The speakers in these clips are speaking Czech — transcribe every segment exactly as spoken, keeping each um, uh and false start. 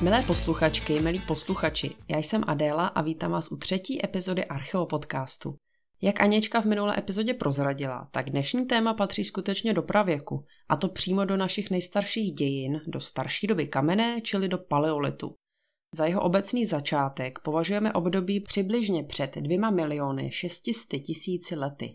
Milé posluchačky, milí posluchači, já jsem Adéla a vítám vás u třetí epizody Archeopodcastu. Jak Aněčka v minulé epizodě prozradila, tak dnešní téma patří skutečně do pravěku, a to přímo do našich nejstarších dějin, do starší doby kamenné, čili do paleolitu. Za jeho obecný začátek považujeme období přibližně před dvěma miliony šesti sty tisíci lety.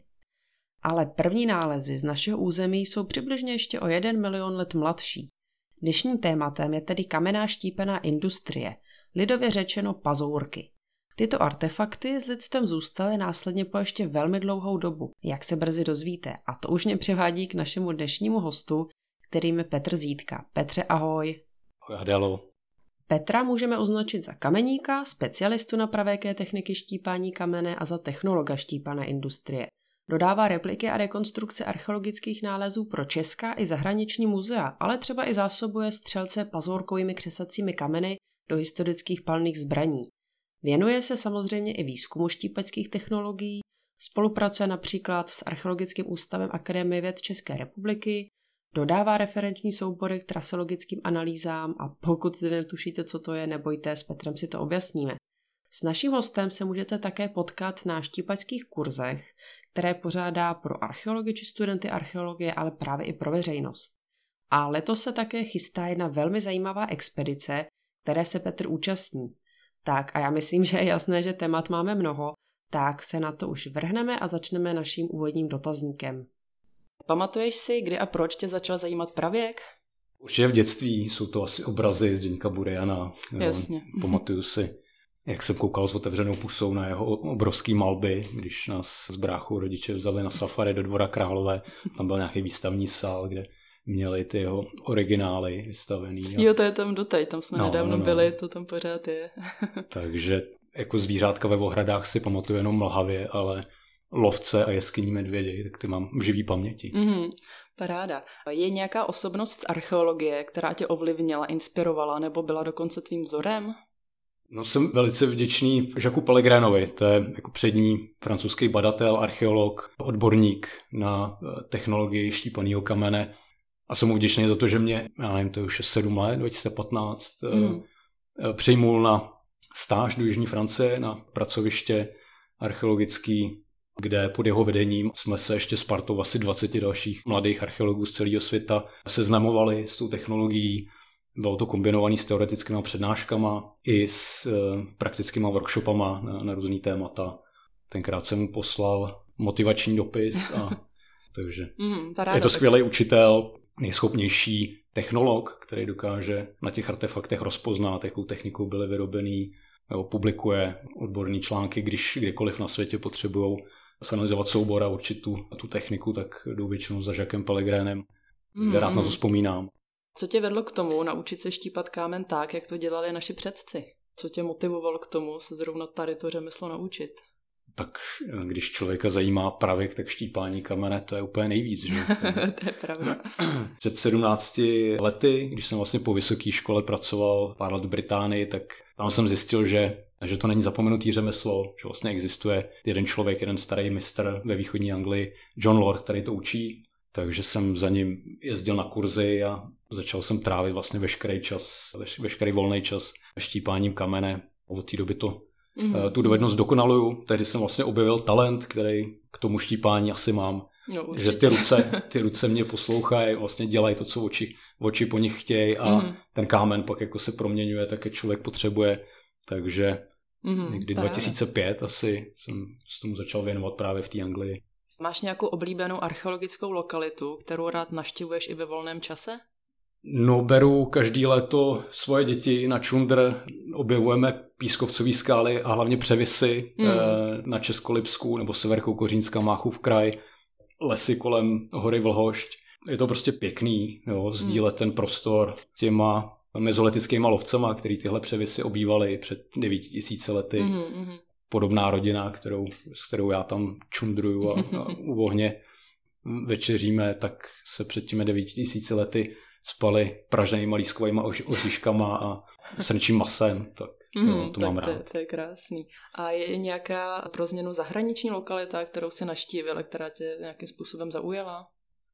Ale první nálezy z našeho území jsou přibližně ještě o jeden milion let mladší. Dnešním tématem je tedy kamenná štípená industrie, lidově řečeno pazourky. Tyto artefakty s lidstvem zůstaly následně po ještě velmi dlouhou dobu, jak se brzy dozvíte, a to už mě přivádí k našemu dnešnímu hostu, kterým je Petr Zídka. Petře, ahoj. Ahoj, Adélo. Petra můžeme označit za kameníka, specialistu na pravěké techniky štípání kamene a za technologa štípané industrie. Dodává repliky a rekonstrukce archeologických nálezů pro česká i zahraniční muzea, ale třeba i zásobuje střelce pazourkovými křesacími kameny do historických palných zbraní. Věnuje se samozřejmě i výzkumu štípeckých technologií, spolupracuje například s Archeologickým ústavem Akademie věd České republiky, dodává referenční soubory k traseologickým analýzám a pokud zde netušíte, co to je, nebojte, s Petrem si to objasníme. S naším hostem se můžete také potkat na štípačských kurzech, které pořádá pro archeology či studenty archeologie, ale právě i pro veřejnost. A letos se také chystá jedna velmi zajímavá expedice, které se Petr účastní. Tak a já myslím, že je jasné, že témat máme mnoho, tak se na to už vrhneme a začneme naším úvodním dotazníkem. Pamatuješ si, kdy a proč tě začal zajímat pravěk? Určitě v dětství, jsou to asi obrazy Zdeňka Buriana. Jasně. Pamatuju si, jak jsem koukal s otevřenou pusou na jeho obrovský malby, když nás s bráchou rodiče vzali na safari do Dvora Králové. Tam byl nějaký výstavní sál, kde měli ty jeho originály vystavený. A... Jo, to je tam doteď, tam jsme no, nedávno no, no. byli, to tam pořád je. Takže jako zvířátka ve ohradách si pamatuju jenom mlhavě, ale lovce a jeskyní medvědi, tak ty mám v živý paměti. Mm-hmm. Paráda. Je nějaká osobnost z archeologie, která tě ovlivnila, inspirovala nebo byla dokonce tvým vzorem? No, jsem velice vděčný Jacques Pellegrinovi, to je jako přední francouzský badatel, archeolog, odborník na technologii štípaného kamene. A jsem mu vděčný za to, že mě, já nevím, to je už sedm let, dva tisíce patnáct, mm. přijmul na stáž do Jižní Francie, na pracoviště archeologický, kde pod jeho vedením jsme se ještě s partou asi dvaceti dalších mladých archeologů z celého světa seznamovali s tou technologií. Bylo to kombinované s teoretickými přednáškama i s e, praktickými workshopama na, na různý témata. Tenkrát jsem mu poslal motivační dopis a takže mm, je to skvělý učitel, nejschopnější technolog, který dokáže na těch artefaktech rozpoznat, jakou technikou byly vyrobený, jo, publikuje odborné články, když kdekoliv na světě potřebují analyzovat soubor a určit tu, tu techniku, tak jdou většinou za Jacquem Pellegrinem, mm. kde rád na to vzpomínám. Co tě vedlo k tomu naučit se štípat kámen tak, jak to dělali naši předci? Co tě motivovalo k tomu se zrovna tady to řemeslo naučit? Tak když člověka zajímá pravěk, tak štípání kamene, to je úplně nejvíc, že? To je pravda. Před sedmnácti lety, když jsem vlastně po vysoké škole pracoval pár let v Británii, tak tam jsem zjistil, že, že to není zapomenutý řemeslo, že vlastně existuje jeden člověk, jeden starý mistr ve východní Anglii, John Lord, který to učí. Takže jsem za ním jezdil na kurzy a začal jsem trávit vlastně veškerý čas, veš, veškerý volný čas štípáním kamene. Od té doby to, mm-hmm. tu dovednost dokonaluju. Tehdy jsem vlastně objevil talent, který k tomu štípání asi mám. No, že ty ruce, ty ruce mě poslouchají, vlastně dělají to, co oči, oči po nich chtějí a mm-hmm. ten kámen pak jako se proměňuje, tak jak člověk potřebuje. Takže mm-hmm. někdy dva tisíce pět asi jsem s tomu začal věnovat právě v té Anglii. Máš nějakou oblíbenou archeologickou lokalitu, kterou rád navštěvuješ i ve volném čase? No, beru každý léto svoje děti na čundr, objevujeme pískovcové skály a hlavně převisy mm. na Českolipsku nebo Severkokořínská, Máchův kraj, lesy kolem hory Vlhošť. Je to prostě pěkný, jo, sdílet mm. ten prostor těma mezolitickýma lovcema, který tyhle převisy obývali před devíti tisíci lety. Mm. Podobná rodina, kterou, s kterou já tam čundruju a, a u ohně večeříme, tak se před těmi devíti tisíci lety spali praženýma lískovými oříškama a srnčím masem, tak mm, jo, to tak mám to, rád. To je krásný. A je nějaká pro změnu zahraniční lokalita, kterou jsi navštívil, která tě nějakým způsobem zaujala?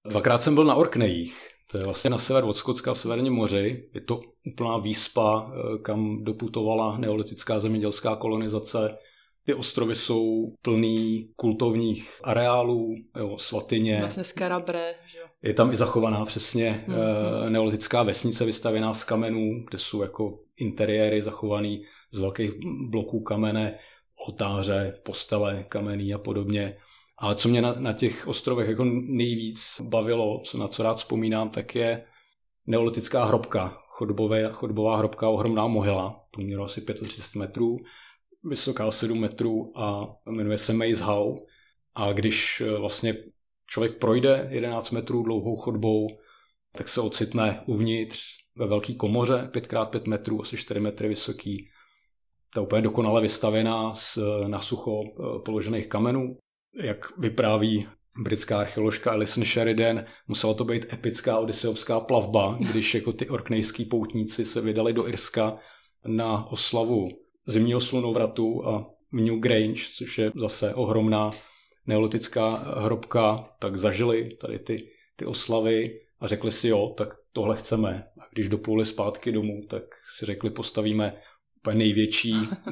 Dvakrát jsem byl na Orkneyích. To je vlastně na sever od Skotska v Severním moři. Je to úplná výspa, kam doputovala neolitická zemědělská kolonizace. Ty ostrovy jsou plný kultovních areálů, jo, svatyně. Vlastně Skarabre, že jo. Je tam i zachovaná přesně mm-hmm. neolitická vesnice vystavěná z kamenů, kde jsou jako interiéry zachovaný z velkých bloků kamene, oltáře, postele kamenný a podobně. Ale co mě na, na těch ostrovech jako nejvíc bavilo, co na co rád vzpomínám, tak je neolitická hrobka. Chodbové, chodbová hrobka, ohromná mohyla, průměru asi třicet pět metrů, vysoká sedm metrů a jmenuje se Maze Hall. A když vlastně člověk projde jedenáct metrů dlouhou chodbou, tak se ocitne uvnitř ve velký komoře, pět krát pět metrů, asi čtyři metry vysoký. Ta úplně dokonale vystavěná z nasucho položených kamenů. Jak vypráví britská archeoložka Alison Sheridan, musela to být epická odysseovská plavba, když jako ty orknejský poutníci se vydali do Irska na oslavu zimního slunovratu a New Grange, což je zase ohromná neolitická hrobka, tak zažili tady ty, ty oslavy a řekli si jo, tak tohle chceme. A když dopluli zpátky domů, tak si řekli, postavíme úplně největší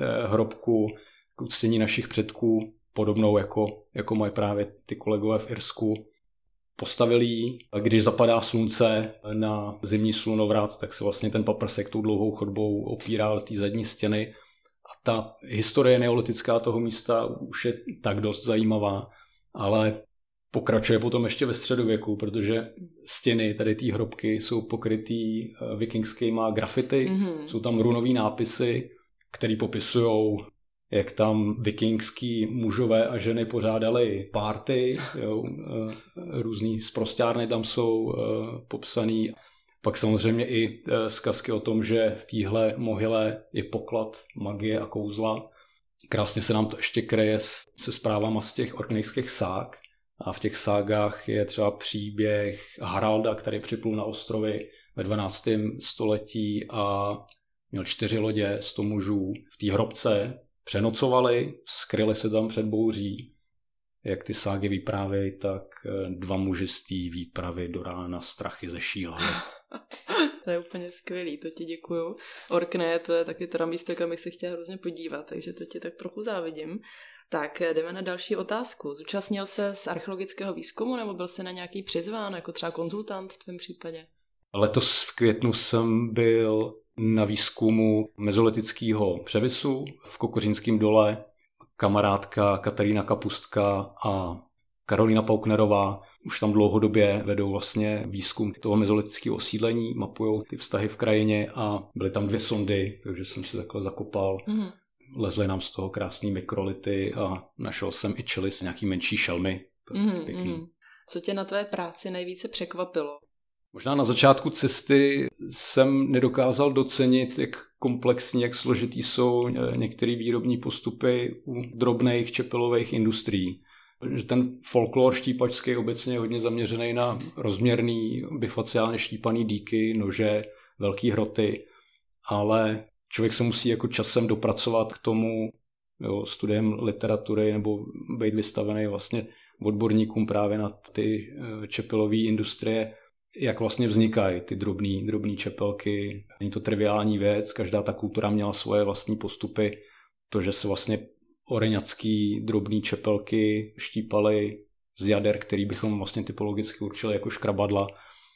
hrobku k uctění našich předků, podobnou jako, jako mají právě ty kolegové v Irsku. Postavili ji, a když zapadá slunce na zimní slunovrat, tak se vlastně ten paprsek tou dlouhou chodbou opírá o té zadní stěny. A ta historie neolitická toho místa už je tak dost zajímavá, ale pokračuje potom ještě ve středověku, protože stěny tady té hrobky jsou pokrytý vikingskýma grafity, mm-hmm. jsou tam runový nápisy, které popisují, jak tam vikingský mužové a ženy pořádali párty, jo, různý sprosťárny tam jsou popsaný. Pak samozřejmě i zkazky o tom, že v téhle mohyle je poklad magie a kouzla. Krásně se nám to ještě kryje se zprávama z těch orknejských ság. A v těch ságách je třeba příběh Haralda, který připlul na ostrovy ve dvanáctém století a měl čtyři lodě, sto mužů. V té hrobce přenocovali, skryli se tam před bouří. Jak ty ságy vyprávějí, tak dva muži z té výpravy do rána strachy zešíleli. To je úplně skvělý, to ti děkuju. Orkney, to je taky teda místo, kam bych se chtěla hrozně podívat, takže to ti tak trochu závidím. Tak jdeme na další otázku. Zúčastnil se z archeologického výzkumu nebo byl jsi na nějaký přizván, jako třeba konzultant v tvém případě? Letos v květnu jsem byl na výzkumu mezolitického převisu v Kokořínském dole. Kamarádka Katarína Kapustka a Karolína Pauknerová už tam dlouhodobě vedou vlastně výzkum toho mezolitického osídlení, mapujou ty vztahy v krajině a byly tam dvě sondy, takže jsem si takhle zakopal. Mm-hmm. Lezly nám z toho krásný mikrolity a našel jsem i čelis, nějaký menší šelmy. Mm-hmm. Pěkný. Co tě na tvé práci nejvíce překvapilo? Možná na začátku cesty jsem nedokázal docenit, jak komplexní, jak složitý jsou některé výrobní postupy u drobných čepilových industrií. Že ten folklor štípačský obecně je hodně zaměřený na rozměrný, bifaciálně štípaný dýky, nože, velký hroty, ale člověk se musí jako časem dopracovat k tomu, jo, studiem literatury nebo být vystavený vlastně odborníkům právě na ty čepilové industrie, jak vlastně vznikají ty drobný, drobný čepelky. Není to triviální věc, každá ta kultura měla svoje vlastní postupy, to, že se vlastně oreňacký drobný čepelky štípaly z jader, který bychom vlastně typologicky určili jako škrabadla,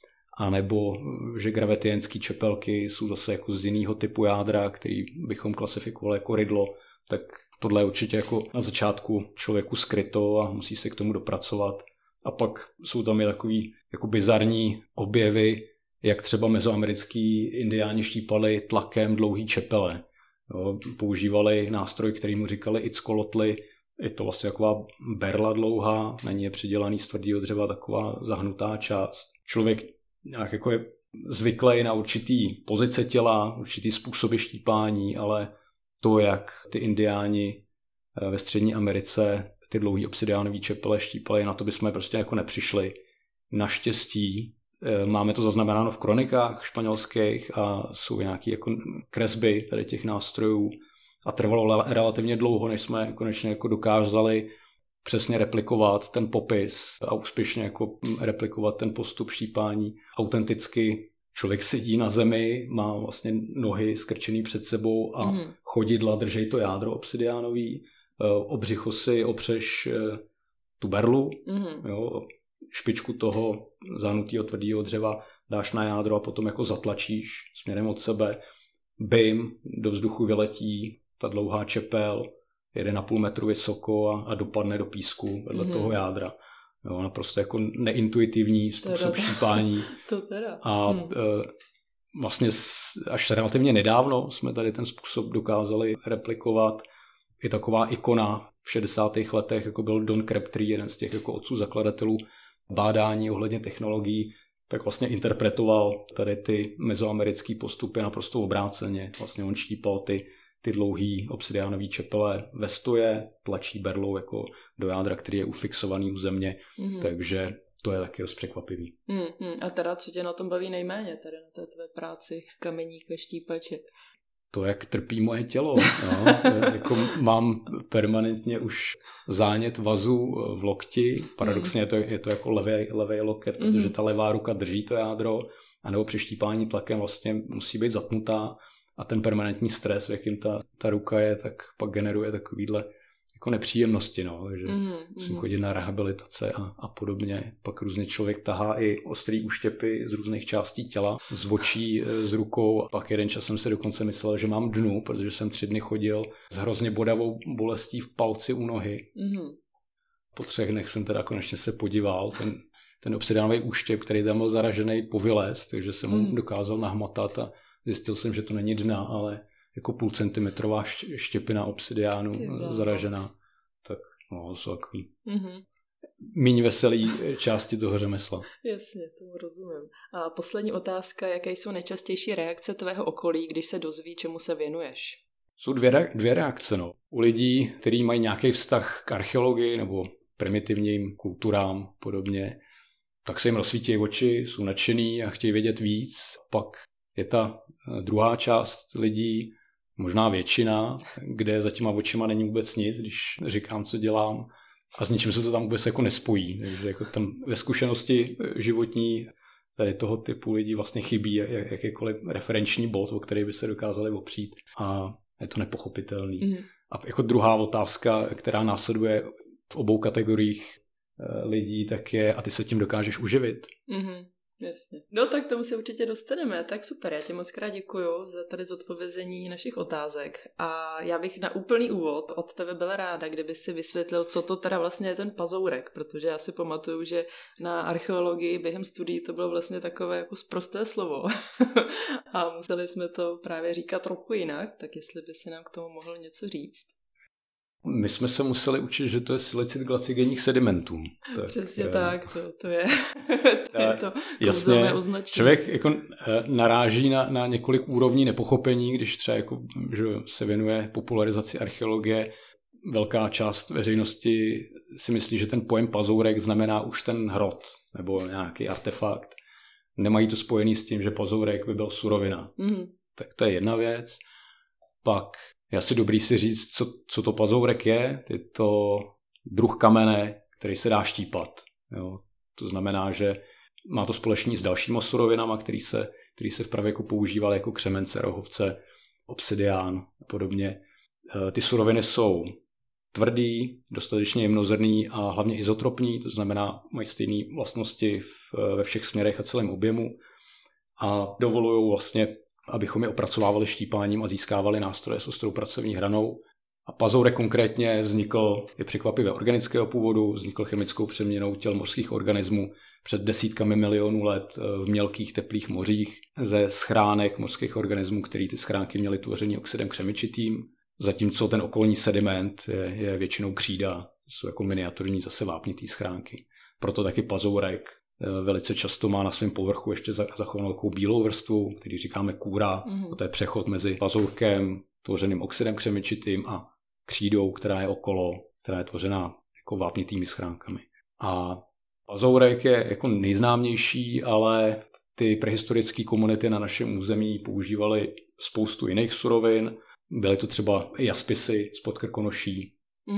anebo že gravetienský čepelky jsou zase jako z jiného typu jádra, který bychom klasifikovali jako rydlo, tak tohle je určitě jako na začátku člověku skryto a musí se k tomu dopracovat. A pak jsou tam i takový jako bizarní objevy, jak třeba mezoamerický indiáni štípali tlakem dlouhý čepele. Jo, používali nástroj, který mu říkali ickolotly. Je to vlastně taková berla dlouhá, na ní je přidělaný z tvrdého dřeva taková zahnutá část. Člověk nějak jako je zvyklý na určitý pozice těla, určitý způsoby štípání, ale to, jak ty indiáni ve Střední Americe ty dlouhý obsidiánový čepele štípali, na to bychom prostě jako nepřišli. Naštěstí máme to zaznamenáno v kronikách španělských a jsou nějaké jako kresby tady těch nástrojů a trvalo relativně dlouho, než jsme konečně jako dokázali přesně replikovat ten popis a úspěšně jako replikovat ten postup štípání autenticky. Člověk sedí na zemi, má vlastně nohy skrčený před sebou a mm. chodidla držej to jádro obsidiánový, o břicho si opřeš tu berlu, mm. jo, špičku toho zahnutého tvrdého dřeva dáš na jádro a potom jako zatlačíš směrem od sebe. Bim, do vzduchu vyletí ta dlouhá čepel, jeden a půl metru vysoko a, a dopadne do písku vedle mm. toho jádra. Jo, naprosto jako neintuitivní způsob štípání. To teda. A hmm. e, vlastně až relativně nedávno jsme tady ten způsob dokázali replikovat. Je taková ikona v šedesátých letech, jako byl Don Crabtree, jeden z těch jako otců zakladatelů bádání ohledně technologií, tak vlastně interpretoval tady ty mezoamerické postupy naprosto obráceně. Vlastně on štípal ty ty dlouhý obsidiánový čepele ve stoje, tlačí berlou jako do jádra, který je ufixovaný u země, mm. takže to je taky dost překvapivý. Mm, mm. A teda, co tě na tom baví nejméně, tady na té tvé práci kameníka štípače? To, jak trpí moje tělo. No. jako mám permanentně už zánět vazu v lokti, paradoxně mm. je, to, je to jako levý, levý loket, mm. protože ta levá ruka drží to jádro, anebo při štípání tlakem vlastně musí být zatnutá. A ten permanentní stres, v jakým ta, ta ruka je, tak pak generuje takovýhle jako nepříjemnosti, no, takže mm, musím mm. chodit na rehabilitace a, a podobně. Pak různě člověk tahá i ostrý úštěpy z různých částí těla, z očí, z rukou. A pak jeden čas jsem si dokonce myslel, že mám dnu, protože jsem tři dny chodil s hrozně bodavou bolestí v palci u nohy. Mm. Po třech dnech jsem teda konečně se podíval, ten, ten obsidiánový úštěp, který tam byl zaražený, povylez, takže jsem mu mm. dokázal nahmatat a zjistil jsem, že to není dna, ale jako půl centimetrová štěpina obsidiánu zaražená. Tak no, jsou takový mm-hmm. míň veselý části toho řemesla. Jasně, tomu rozumím. A poslední otázka, jaké jsou nejčastější reakce tvého okolí, když se dozví, čemu se věnuješ? Jsou dvě, dvě reakce. No. U lidí, kteří mají nějaký vztah k archeologii nebo primitivním kulturám podobně, tak se jim rozsvítí oči, jsou nadšený a chtějí vědět víc. Pak je ta druhá část lidí, možná většina, kde za těma očima není vůbec nic, když říkám, co dělám a s ničím se to tam vůbec jako nespojí. Takže jako tam ve zkušenosti životní tady toho typu lidí vlastně chybí jakýkoliv referenční bod, o který by se dokázali opřít a je to nepochopitelný. Mm. A jako druhá otázka, která následuje v obou kategoriích lidí, tak je, a ty se tím dokážeš uživit. Mm-hmm. Jasně. No tak tomu se určitě dostaneme. Tak super, já ti moc krát děkuju za tady zodpovězení našich otázek. A já bych na úplný úvod od tebe byla ráda, kdyby si vysvětlil, co to teda vlastně je ten pazourek, protože já si pamatuju, že na archeologii během studií to bylo vlastně takové jako sprosté slovo. A museli jsme to právě říkat trochu jinak, tak jestli by si nám k tomu mohl něco říct. My jsme se museli učit, že to je silicit glacigenních sedimentů. Tak, přesně je... tak, to, to je to, je to jasně, označení. Člověk jako naráží na, na několik úrovní nepochopení, když třeba jako, že se věnuje popularizaci archeologie. Velká část veřejnosti si myslí, že ten pojem pazourek znamená už ten hrot nebo nějaký artefakt. Nemají to spojený s tím, že pazourek by byl surovina. Mm. Tak to je jedna věc. Pak je asi dobrý si říct, co, co to pazourek je. Je to druh kamene, který se dá štípat. Jo. To znamená, že má to společný s dalšíma surovinama, který se, který se v pravěku používaly jako křemence, rohovce, obsidián a podobně. Ty suroviny jsou tvrdý, dostatečně jemnozrnný a hlavně izotropní, to znamená, mají stejné vlastnosti v, ve všech směrech a celém objemu a dovolují vlastně, abychom je opracovávali štípáním a získávali nástroje s ostrou pracovní hranou. A pazourek konkrétně vznikl, je překvapivě organického původu, vznikl chemickou přeměnou těl mořských organismů před desítkami milionů let v mělkých teplých mořích ze schránek mořských organismů, které ty schránky měly tvoření oxidem křemičitým, zatímco ten okolní sediment je, je většinou křída, jsou jako miniaturní zase vápnitý schránky. Proto taky pazourek velice často má na svém povrchu ještě zachovanou takovou bílou vrstvu, který říkáme kůra. Mm-hmm. To je přechod mezi pazourkem, tvořeným oxidem křemičitým a křídou, která je okolo, která je tvořená jako vápnitými schránkami. A pazourek je jako nejznámější, ale ty prehistorické komunity na našem území používaly spoustu jiných surovin. Byly to třeba jaspisy z Podkrkonoší. Mm-hmm.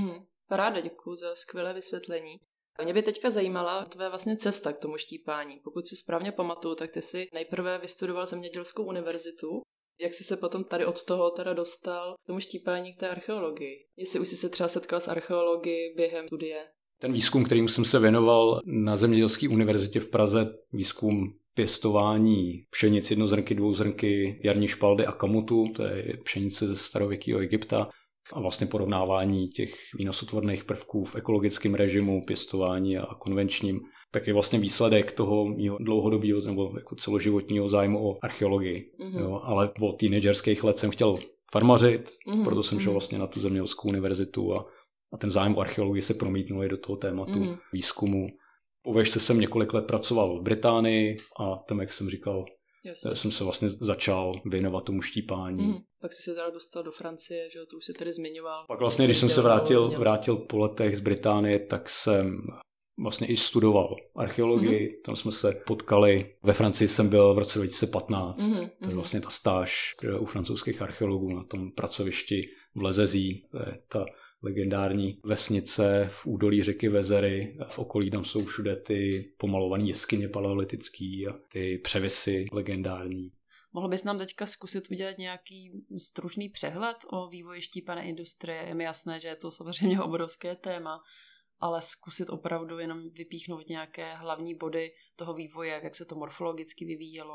Paráda, děkuju za skvělé vysvětlení. Mě by teďka zajímala tvé vlastně cesta k tomu štípání. Pokud si správně pamatuju, tak ty si nejprve vystudoval zemědělskou univerzitu. Jak jsi se potom tady od toho teda dostal k tomu štípání k té archeologii? Jestli už jsi se třeba setkal s archeologií během studie? Ten výzkum, kterým jsem se věnoval na Zemědělské univerzitě v Praze, výzkum pěstování pšenic jednozrnky, dvouzrnky, jarní špaldy a kamutu, to je pšenice ze starověkého Egypta, a vlastně porovnávání těch výnosotvorných prvků v ekologickém režimu, pěstování a konvenčním, tak je vlastně výsledek toho mýho dlouhodobého nebo jako celoživotního zájmu o archeologii. Mm-hmm. Jo, ale od teenagerských let jsem chtěl farmařit, mm-hmm. proto jsem šel vlastně na tu zemědělskou univerzitu a, a ten zájem o archeologii se promítnul i do toho tématu mm-hmm. výzkumu. Po vešce jsem několik let pracoval v Británii a tam, jak jsem říkal, Jasně. jsem se vlastně začal věnovat tomu štípání. Mm, pak jsi se teda dostal do Francie, že to už se tady zmiňoval. Pak vlastně, když jsem se vrátil, vrátil po letech z Británie, tak jsem vlastně i studoval archeologii. Mm-hmm. Tam jsme se potkali. Ve Francii jsem byl v roce dva tisíce patnáct. Mm-hmm. To je vlastně ta stáž u francouzských archeologů na tom pracovišti v Lezezí. To je ta legendární vesnice v údolí řeky Vezery. V okolí tam jsou všude ty pomalované jeskyně paleolitický a ty převisy legendární. Mohl bys nám teďka zkusit udělat nějaký stručný přehled o vývoji štípané industrie? Je mi jasné, že je to samozřejmě obrovské téma, ale zkusit opravdu jenom vypíchnout nějaké hlavní body toho vývoje, jak se to morfologicky vyvíjelo.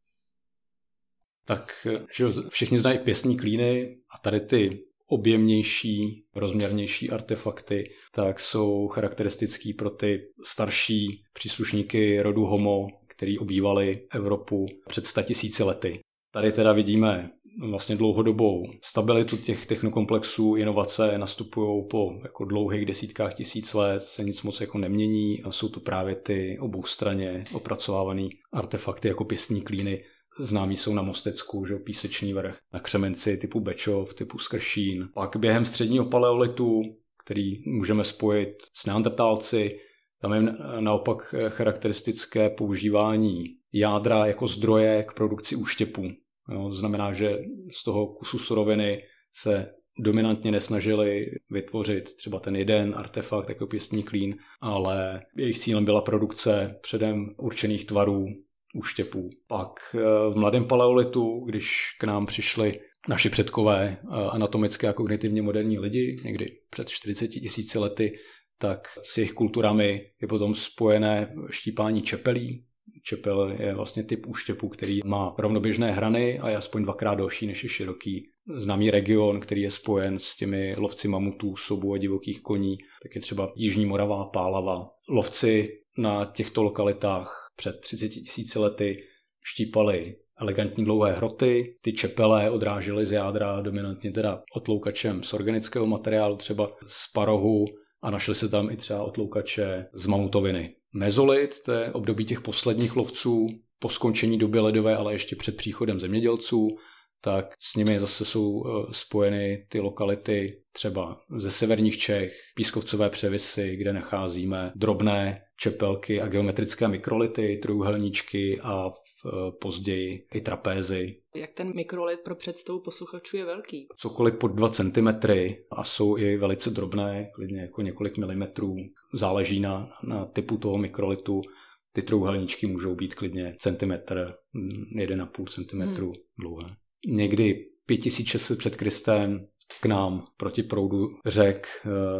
Tak že všichni znají pěstní klíny a tady ty objemnější, rozměrnější artefakty, tak jsou charakteristický pro ty starší příslušníky rodu Homo, který obývali Evropu před sta tisíci lety. Tady teda vidíme vlastně dlouhodobou stabilitu těch technokomplexů, inovace nastupují po jako dlouhých desítkách tisíc let, se nic moc jako nemění a jsou to právě ty oboustranně opracovávané artefakty jako pěstní klíny. Známí jsou na Mostecku, že Písečný vrch, na křemenci typu Bečov, typu Skršín. Pak během středního paleolitu, který můžeme spojit s neandertálci, tam je naopak charakteristické používání jádra jako zdroje k produkci úštěpů. Jo, to znamená, že z toho kusu suroviny se dominantně nesnažili vytvořit třeba ten jeden artefakt jako pěstní klín, ale jejich cílem byla produkce předem určených tvarů úštěpů. Pak v mladém paleolitu, když k nám přišli naši předkové anatomické a kognitivně moderní lidi, někdy před čtyřiceti tisíci lety, tak s jejich kulturami je potom spojené štípání čepelí. Čepel je vlastně typ úštěpu, který má rovnoběžné hrany a je aspoň dvakrát delší, než je široký. Známý region, který je spojen s těmi lovci mamutů, sobů a divokých koní, tak je třeba Jižní Morava, Pálava. Lovci na těchto lokalitách před třiceti tisíci lety štípali elegantní dlouhé hroty, ty čepele odrážely z jádra dominantně teda otloukačem z organického materiálu, třeba z parohu, a našly se tam i třeba otloukače z mamutoviny. Mezolit, to je období těch posledních lovců po skončení doby ledové, ale ještě před příchodem zemědělců, tak s nimi zase jsou spojeny ty lokality třeba ze severních Čech, pískovcové převisy, kde nacházíme drobné čepelky a geometrické mikrolity, trojúhelníčky a později i trapézy. Jak ten mikrolit pro představu posluchačů je velký? Cokoliv pod dva centimetry a jsou i velice drobné, klidně jako několik milimetrů. Záleží na, na typu toho mikrolitu. Ty trojúhelníčky můžou být klidně centimetr, jeden a půl centimetru hmm. dlouhé. Někdy pět tisíc šest set před Kristem k nám proti proudu řek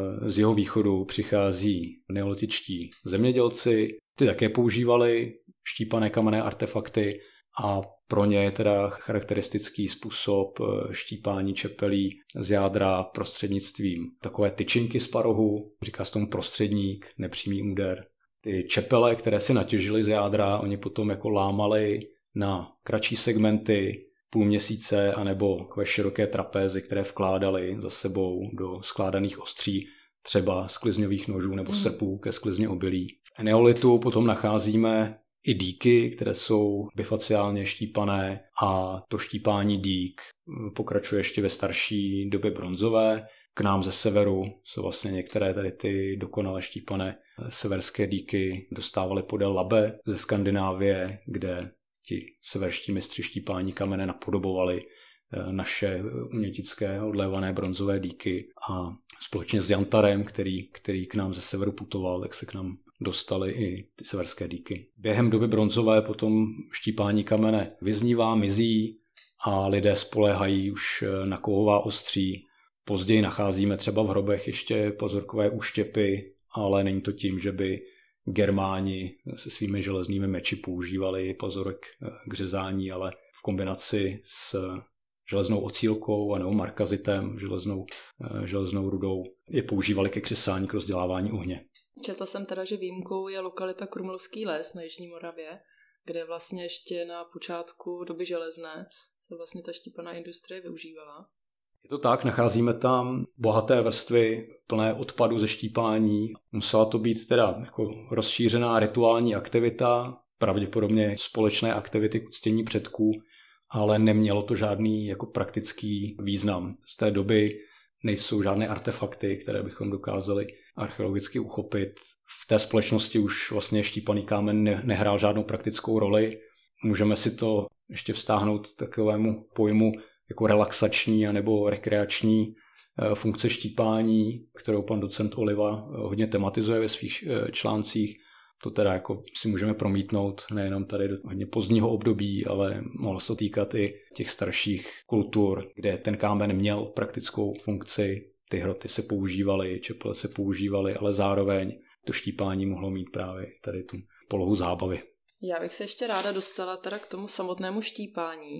z jeho východu přichází neolitičtí zemědělci. Ty také používali štípané kamenné artefakty a pro ně je teda charakteristický způsob štípání čepelí z jádra prostřednictvím takové tyčinky z parohu, říká se tomu prostředník, nepřímý úder. Ty čepele, které si natěžili z jádra, oni potom jako lámali na kratší segmenty, půl měsíce anebo takové široké trapézy, které vkládali za sebou do skládaných ostří, třeba sklizňových nožů nebo mm. srpů ke sklizni obilí. V eneolitu potom nacházíme i dýky, které jsou bifaciálně štípané a to štípání dýk pokračuje ještě ve starší době bronzové. K nám ze severu jsou vlastně některé tady ty dokonale štípané severské dýky dostávaly podél Labe ze Skandinávie, kde ti severští mistři štípání kamene napodobovali naše umětické odlévané bronzové dýky a společně s jantarem, který, který k nám ze severu putoval, tak se k nám dostaly i ty severské dýky. Během doby bronzové potom štípání kamene vyznívá, mizí a lidé spoléhají už na kovová ostří. Později nacházíme třeba v hrobech ještě pazurkové úštěpy, ale není to tím, že by Germáni se svými železnými meči používali pazurek k řezání, ale v kombinaci s železnou ocílkou a nebo markazitem, železnou, železnou rudou, je používali ke křesání, k rozdělávání ohně. Četla jsem teda, že výjimkou je lokalita Krumlovský les na Jižní Moravě, kde vlastně ještě na počátku doby železné se vlastně ta štípaná industrie využívala. Je to tak, nacházíme tam bohaté vrstvy plné odpadu ze štípání. Musela to být teda jako rozšířená rituální aktivita, pravděpodobně společné aktivity k uctění předků, ale nemělo to žádný jako praktický význam. Z té doby nejsou žádné artefakty, které bychom dokázali archeologicky uchopit. V té společnosti už vlastně štípaný kámen ne- nehrál žádnou praktickou roli. Můžeme si to ještě vztáhnout takovému pojmu jako relaxační anebo rekreační funkce štípání, kterou pan docent Oliva hodně tematizuje ve svých článcích. To teda jako si můžeme promítnout nejenom tady do hodně pozdního období, ale mohlo se to týkat i těch starších kultur, kde ten kámen měl praktickou funkci. Ty hroty se používaly, čepele se používaly, ale zároveň to štípání mohlo mít právě tady tu polohu zábavy. Já bych se ještě ráda dostala teda k tomu samotnému štípání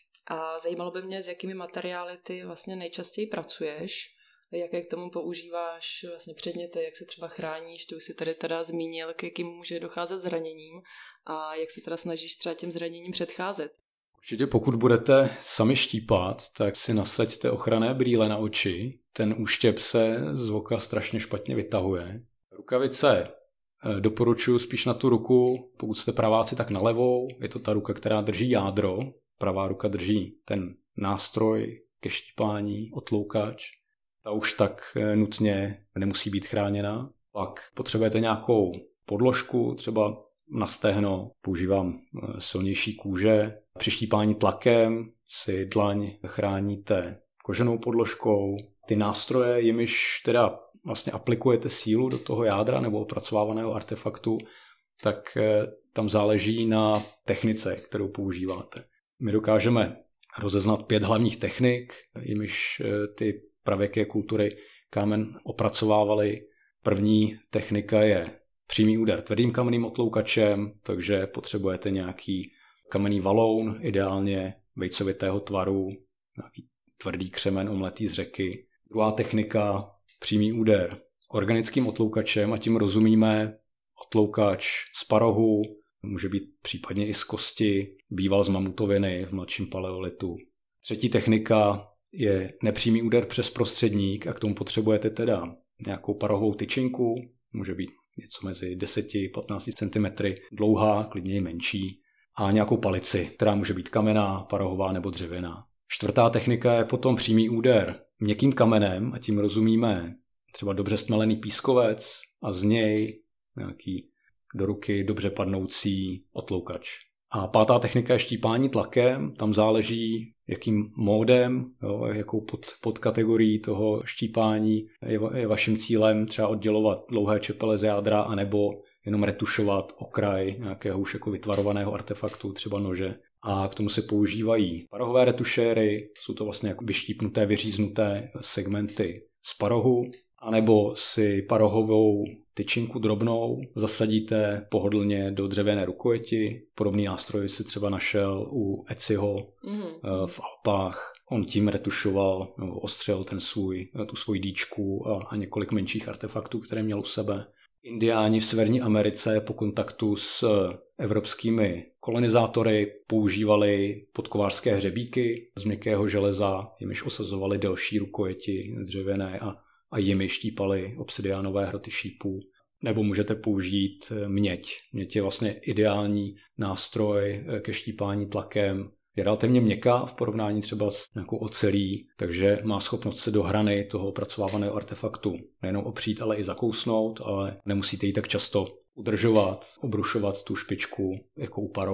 a zajímalo by mě, s jakými materiály ty vlastně nejčastěji pracuješ, jaké k tomu používáš vlastně předměty, jak se třeba chráníš, to už si tady teda zmínil, k jakým může docházet zraněním a jak se teda snažíš třeba těm zraněním předcházet. Určitě pokud budete sami štípat, tak si nasaďte ochranné brýle na oči, ten úštěp se z oka strašně špatně vytahuje. Rukavice doporučuji spíš na tu ruku, pokud jste praváci, tak na levou, je to ta ruka, která drží jádro, pravá ruka drží ten nástroj ke štípání, otloukač. Ta už tak nutně nemusí být chráněna. Pak potřebujete nějakou podložku, třeba na stehno, používám silnější kůže. Při štípání tlakem si dlaň chráníte koženou podložkou. Ty nástroje, jimiž teda vlastně aplikujete sílu do toho jádra nebo opracovávaného artefaktu, tak tam záleží na technice, kterou používáte. My dokážeme rozeznat pět hlavních technik, jimiž ty pravěké kultury kámen opracovávaly. První technika je přímý úder tvrdým kamenným otloukačem, takže potřebujete nějaký kamenný valoun, ideálně vejcovitého tvaru, nějaký tvrdý křemen omletý z řeky. Druhá technika, přímý úder organickým otloukačem, a tím rozumíme otloukač z parohu, může být případně i z kosti, býval z mamutoviny v mladším paleolitu. Třetí technika je nepřímý úder přes prostředník a k tomu potřebujete teda nějakou parohovou tyčinku, může být něco mezi deset až patnáct centimetrů dlouhá, klidně i menší, a nějakou palici, která může být kamenná, parohová nebo dřevěná. Čtvrtá technika je potom přímý úder měkkým kamenem, a tím rozumíme třeba dobře stmelený pískovec a z něj nějaký do ruky dobře padnoucí otloukač. A pátá technika je štípání tlakem, tam záleží, jakým módem, jo, jakou pod, podkategorií toho štípání je, je vaším cílem třeba oddělovat dlouhé čepele z jádra, anebo jenom retušovat okraj nějakého už jako vytvarovaného artefaktu, třeba nože. A k tomu se používají parohové retušéry, jsou to vlastně jako vyštípnuté, vyříznuté segmenty z parohu, anebo si parohovou tyčinku drobnou zasadíte pohodlně do dřevěné rukojeti. Podobný nástroj si třeba našel u Eciho mm-hmm. v Alpách. On tím retušoval, nebo ostřel ten svůj, tu svoji dýčku a, a několik menších artefaktů, které měl u sebe. Indiáni v Severní Americe po kontaktu s evropskými kolonizátory používali podkovářské hřebíky z měkkého železa, jimiž osazovali delší rukojeti dřevěné a, a jimi štípali obsidiánové hroty šípů. Nebo můžete použít měď. Měď je vlastně ideální nástroj ke štípání tlakem. Je relativně měkká v porovnání třeba s nějakou ocelí, takže má schopnost se do hrany toho opracovávaného artefaktu nejenom opřít, ale i zakousnout, ale nemusíte ji tak často udržovat, obrušovat tu špičku jako u parohu.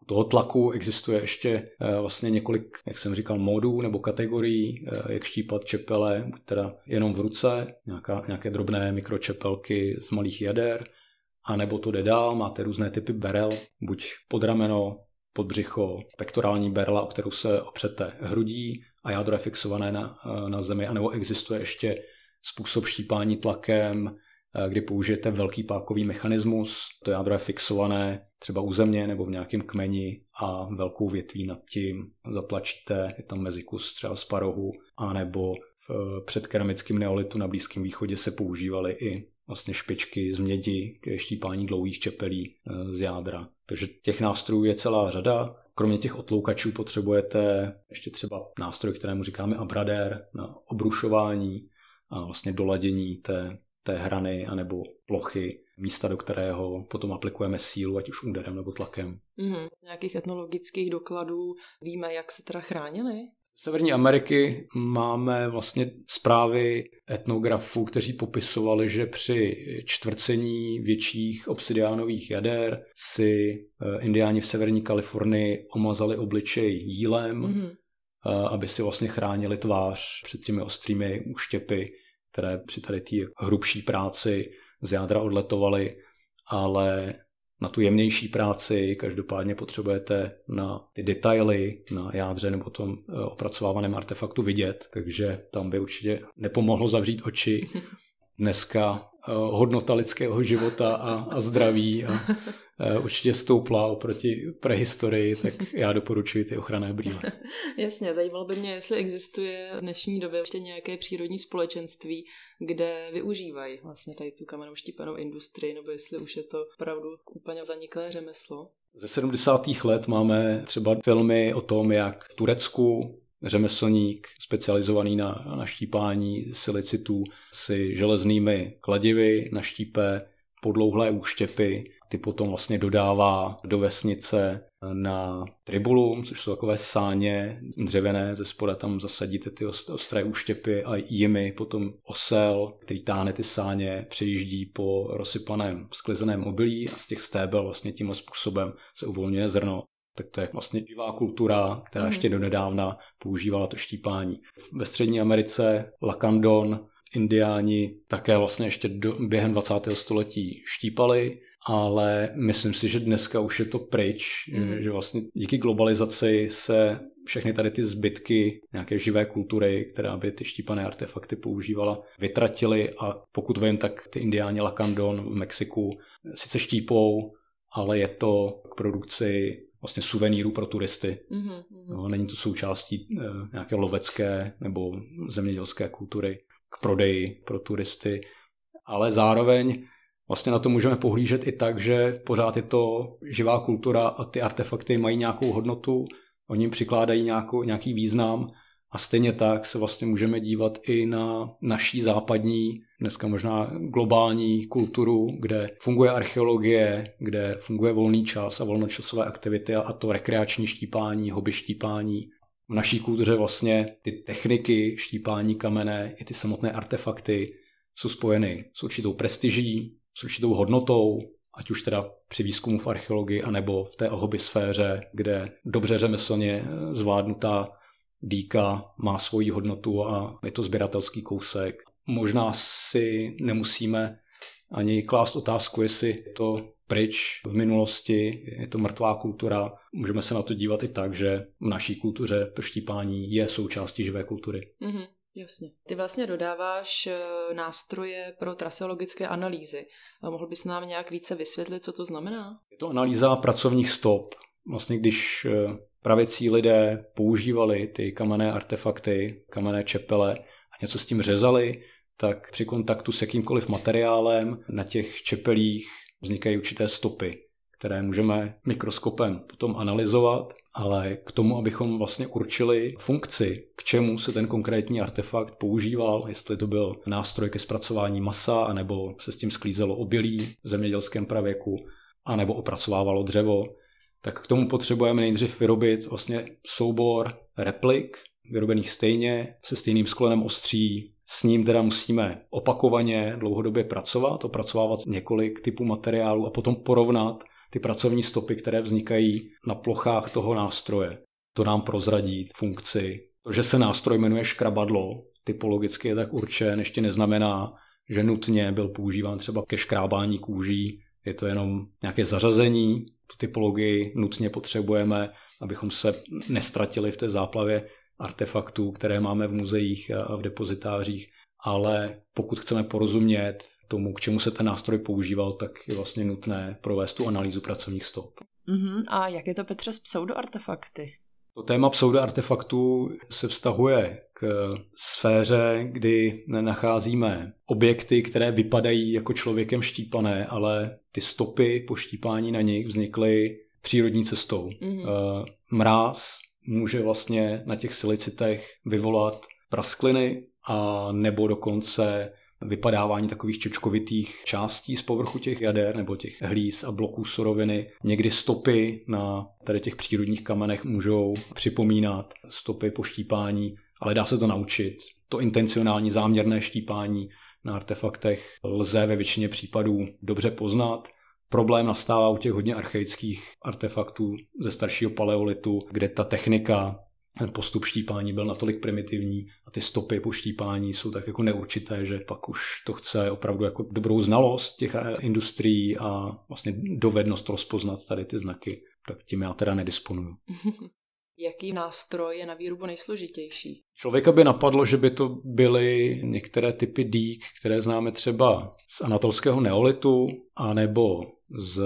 toho tlaku existuje ještě vlastně několik, jak jsem říkal, módů nebo kategorií, jak štípat čepele, buď teda jenom v ruce, nějaká, nějaké drobné mikročepelky z malých jader, anebo to jde dál, máte různé typy berel, buď pod rameno, pod břicho, pektorální berla, o kterou se opřete hrudí a jádro je fixované na, na zemi, anebo existuje ještě způsob štípání tlakem, kdy použijete velký pákový mechanismus, to jádro je fixované třeba u země nebo v nějakém kmeni a velkou větví nad tím zatlačíte, je tam mezikus třeba z parohu, anebo v předkeramickém neolitu na Blízkém východě se používaly i vlastně špičky z mědi k štípání dlouhých čepelí z jádra. Takže těch nástrojů je celá řada. Kromě těch otloukačů potřebujete ještě třeba nástroj, kterému říkáme abradér na obrušování a vlastně doladění té, té hrany anebo plochy, místa, do kterého potom aplikujeme sílu, ať už úderem nebo tlakem. Mm-hmm. Z nějakých etnologických dokladů víme, jak se teda chránili? Z Severní Ameriky máme vlastně zprávy etnografů, kteří popisovali, že při čtvrcení větších obsidiánových jader si indiáni v severní Kalifornii omazali obličej jílem, mm-hmm. aby si vlastně chránili tvář před těmi ostrými úštěpy, které při tady té hrubší práci z jádra odletovaly, ale na tu jemnější práci každopádně potřebujete na ty detaily na jádře nebo tom opracovávaném artefaktu vidět, takže tam by určitě nepomohlo zavřít oči. Dneska hodnota lidského života a, a zdraví a, a určitě stoupla oproti prehistorii, tak já doporučuji ty ochranné brýle. Jasně, zajímalo by mě, jestli existuje v dnešní době ještě nějaké přírodní společenství, kde využívají vlastně tady tu kamennou štípanou industrii, nebo jestli už je to opravdu úplně zaniklé řemeslo. Ze sedmdesátých let máme třeba filmy o tom, jak v Turecku řemeslník specializovaný na, na štípání silicitů si železnými kladivy naštípe podlouhlé úštěpy, ty potom vlastně dodává do vesnice na tribulum, což jsou takové sáně dřevěné, ze spoda tam zasadíte ty ostré úštěpy a jimi potom osel, který táhne ty sáně, přejíždí po rozsypaném sklizeném obilí a z těch stébel vlastně tímhle způsobem se uvolňuje zrno. Tak to je vlastně živá kultura, která mm. ještě donedávna používala to štípání. Ve Střední Americe Lacandon, indiáni také vlastně ještě do, během dvacátého století štípali, ale myslím si, že dneska už je to pryč, mm. že vlastně díky globalizaci se všechny tady ty zbytky nějaké živé kultury, která by ty štípané artefakty používala, vytratily a pokud vím, tak ty indiáni Lacandon v Mexiku sice štípou, ale je to k produkci vlastně suvenýrů pro turisty. Mm-hmm. No, není to součástí e, nějaké lovecké nebo zemědělské kultury k prodeji pro turisty, ale zároveň vlastně na to můžeme pohlížet i tak, že pořád je to živá kultura a ty artefakty mají nějakou hodnotu, oni jim přikládají nějakou, nějaký význam a stejně tak se vlastně můžeme dívat i na naší západní, dneska možná globální kulturu, kde funguje archeologie, kde funguje volný čas a volnočasové aktivity a to rekreační štípání, hobby štípání. V naší kultuře vlastně ty techniky štípání kamene i ty samotné artefakty jsou spojeny s určitou prestiží, s určitou hodnotou, ať už teda při výzkumu v archeologii, anebo v té hobby sféře, kde dobře řemeslně zvládnutá dýka má svoji hodnotu a je to sběratelský kousek. Možná si nemusíme ani klást otázku, jestli je to pryč v minulosti, je to mrtvá kultura. Můžeme se na to dívat i tak, že v naší kultuře to štípání je součástí živé kultury. Mm-hmm, jasně. Ty vlastně dodáváš nástroje pro traseologické analýzy. A mohl bys nám nějak více vysvětlit, co to znamená? Je to analýza pracovních stop. Vlastně když pravěcí lidé používali ty kamenné artefakty, kamenné čepele a něco s tím řezali, tak při kontaktu s jakýmkoliv materiálem na těch čepelích vznikají určité stopy, které můžeme mikroskopem potom analyzovat, ale k tomu, abychom vlastně určili funkci, k čemu se ten konkrétní artefakt používal, jestli to byl nástroj ke zpracování masa, anebo se s tím sklízelo obilí v zemědělském pravěku, anebo opracovávalo dřevo, tak k tomu potřebujeme nejdřív vyrobit vlastně soubor replik, vyrobených stejně, se stejným sklenem ostří. S ním teda musíme opakovaně dlouhodobě pracovat, opracovávat několik typů materiálů a potom porovnat ty pracovní stopy, které vznikají na plochách toho nástroje. To nám prozradí funkci. To, že se nástroj jmenuje škrabadlo, typologicky je tak určen, ještě neznamená, že nutně byl používán třeba ke škrábání kůží. Je to jenom nějaké zařazení, tu typologii nutně potřebujeme, abychom se nestratili v té záplavě artefaktů, které máme v muzeích a v depozitářích, ale pokud chceme porozumět tomu, k čemu se ten nástroj používal, tak je vlastně nutné provést tu analýzu pracovních stop. Uh-huh. A jak je to, Petře, s pseudoartefakty? To téma pseudoartefaktů se vztahuje k sféře, kdy nenacházíme objekty, které vypadají jako člověkem štípané, ale ty stopy po štípání na nich vznikly přírodní cestou. Mm-hmm. Mráz může vlastně na těch silicitech vyvolat praskliny a nebo dokonce vypadávání takových čočkovitých částí z povrchu těch jader nebo těch hlíz a bloků suroviny. Někdy stopy na tady těch přírodních kamenech můžou připomínat stopy po štípání, ale dá se to naučit. To intencionální záměrné štípání na artefaktech lze ve většině případů dobře poznat. Problém nastává u těch hodně archaických artefaktů ze staršího paleolitu, kde ta technika, ten postup štípání byl natolik primitivní a ty stopy po štípání jsou tak jako neurčité, že pak už to chce opravdu jako dobrou znalost těch industrií a vlastně dovednost rozpoznat tady ty znaky. Tak tím já teda nedisponuju. Jaký nástroj je na výrobu nejsložitější? Člověka by napadlo, že by to byly některé typy dýk, které známe třeba z anatolského neolitu anebo z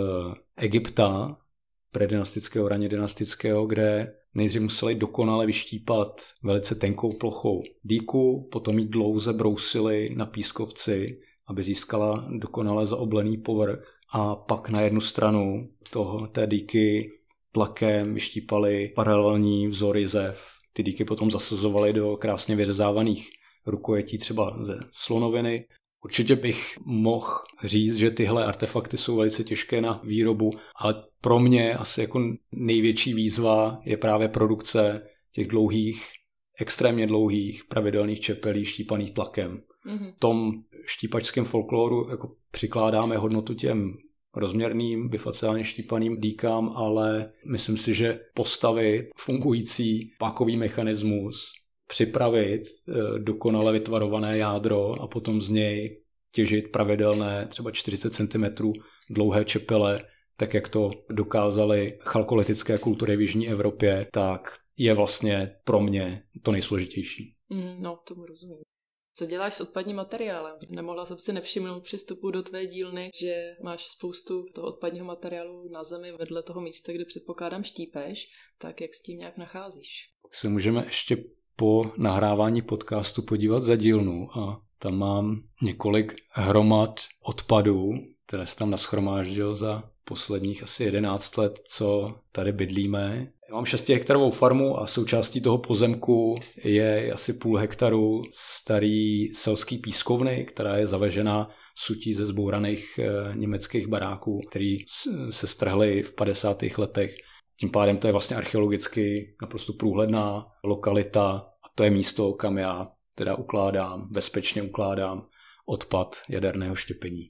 Egypta, predynastického, ranědynastického, kde nejdřív museli dokonale vyštípat velice tenkou plochou dýku, potom jí dlouze brousili na pískovci, aby získala dokonale zaoblený povrch, a pak na jednu stranu toho, té dýky tlakem vyštípali paralelní vzory zev. Ty dýky potom zasazovali do krásně vyřezávaných rukojetí třeba ze slonoviny. Určitě bych mohl říct, že tyhle artefakty jsou velice těžké na výrobu, ale pro mě asi jako největší výzva je právě produkce těch dlouhých, extrémně dlouhých pravidelných čepelí štípaných tlakem. Mm-hmm. V tom štípačském folkloru jako přikládáme hodnotu těm rozměrným, bifaciálně štípaným dýkám, ale myslím si, že postavit fungující pákový mechanismus, připravit dokonale vytvarované jádro a potom z něj těžit pravidelné třeba čtyřicet centimetrů dlouhé čepele, tak jak to dokázaly chalkolitické kultury v jižní Evropě, tak je vlastně pro mě to nejsložitější. Mm, no, tomu rozumím. Co děláš s odpadním materiálem? Nemohla jsem si nevšimnout při vstupu do tvé dílny, že máš spoustu toho odpadního materiálu na zemi vedle toho místa, kde předpokládám štípeš, tak jak s tím nějak nacházíš? Tak se můžeme ještě po nahrávání podcastu podívat za dílnu a tam mám několik hromad odpadů, které jsem tam nashromáždil za posledních asi jedenáct let, co tady bydlíme. Já mám šestihektarovou farmu a součástí toho pozemku je asi půl hektaru starý selský pískovny, která je zavežená sutí ze zbouraných německých baráků, který se strhly v padesátých letech. Tím pádem to je vlastně archeologicky naprosto průhledná lokalita a to je místo, kam já teda ukládám, bezpečně ukládám odpad jaderného štěpení.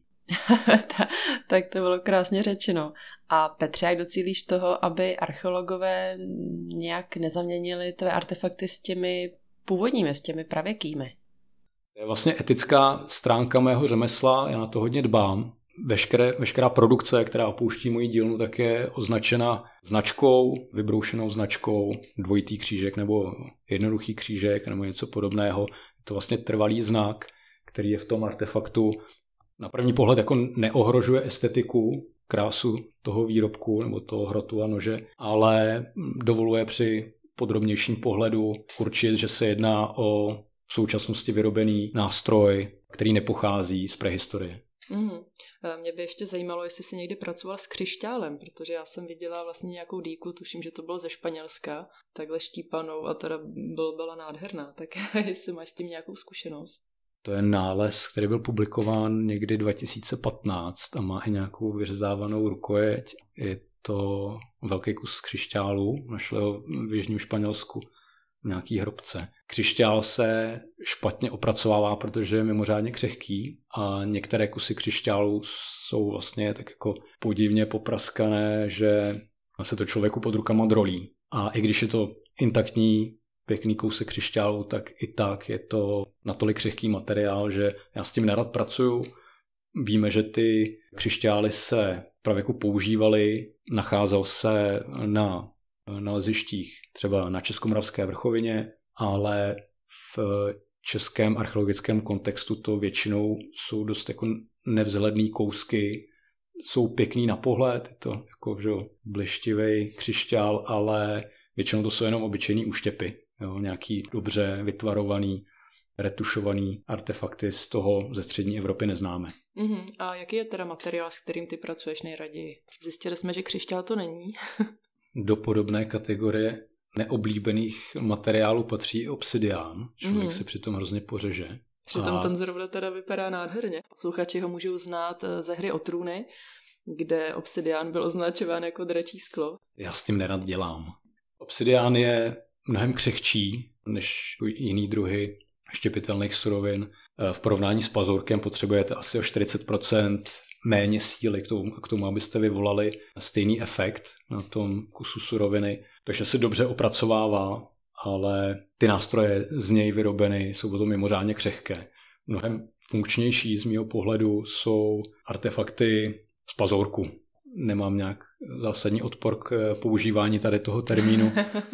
Tak to bylo krásně řečeno. A Petře, jak docílíš toho, aby archeologové nějak nezaměnili tvé artefakty s těmi původními, s těmi pravěkými? To je vlastně etická stránka mého řemesla, já na to hodně dbám. Veškeré, veškerá produkce, která opouští moji dílnu, tak je označena značkou, vybroušenou značkou, dvojitý křížek nebo jednoduchý křížek nebo něco podobného. Je to vlastně trvalý znak, který je v tom artefaktu. Na první pohled jako neohrožuje estetiku, krásu toho výrobku nebo toho hrotu a nože, ale dovoluje při podrobnějším pohledu určit, že se jedná o v současnosti vyrobený nástroj, který nepochází z prehistorie. Mm. Mě by ještě zajímalo, jestli jsi někdy pracoval s křišťálem, protože já jsem viděla vlastně nějakou dýku, tuším, že to bylo ze Španělska, takhle štípanou a teda byl, byla nádherná, tak jestli máš s tím nějakou zkušenost. To je nález, který byl publikován někdy dva tisíce patnáct a má i nějakou vyřezávanou rukojeť. Je to velký kus křišťálu, našli ho v jižním Španělsku v nějaký hrobce. Křišťál se špatně opracovává, protože je mimořádně křehký a některé kusy křišťálu jsou vlastně tak jako podivně popraskané, že se to člověku pod rukama drolí. A i když je to intaktní, pěkný kousek křišťálu, tak i tak je to natolik křehký materiál, že já s tím nerad pracuju. Víme, že ty křišťály se pravěku používaly, nacházel se na nalezištích třeba na Českomoravské vrchovině, ale v českém archeologickém kontextu to většinou jsou dost jako nevzhledný kousky, jsou pěkný na pohled, je to jako že bleštivý křišťál, ale většinou to jsou jenom obyčejný úštěpy, jo, nějaký dobře vytvarovaný, retušovaný artefakty z toho ze střední Evropy neznáme. Mm-hmm. A jaký je teda materiál, s kterým ty pracuješ nejraději? Zjistili jsme, že křišťál to není. Do podobné kategorie neoblíbených materiálů patří i obsidián. Člověk mm. se přitom hrozně pořeže. Přitom a... ten zrovna teda vypadá nádherně. Posluchači ho můžou znát ze hry o trůny, kde obsidián byl označován jako dračí sklo. Já s tím nerad dělám. Obsidián je mnohem křehčí než jiný druhy štěpitelných surovin. V porovnání s pazourkem potřebujete asi o čtyřicet procent méně síly k tomu, k tomu, abyste vyvolali stejný efekt na tom kusu suroviny. Takže se dobře opracovává, ale ty nástroje z něj vyrobeny jsou potom mimořádně křehké. Mnohem funkčnější z mého pohledu jsou artefakty z pazourku. Nemám nějak zásadní odpor k používání tady toho termínu.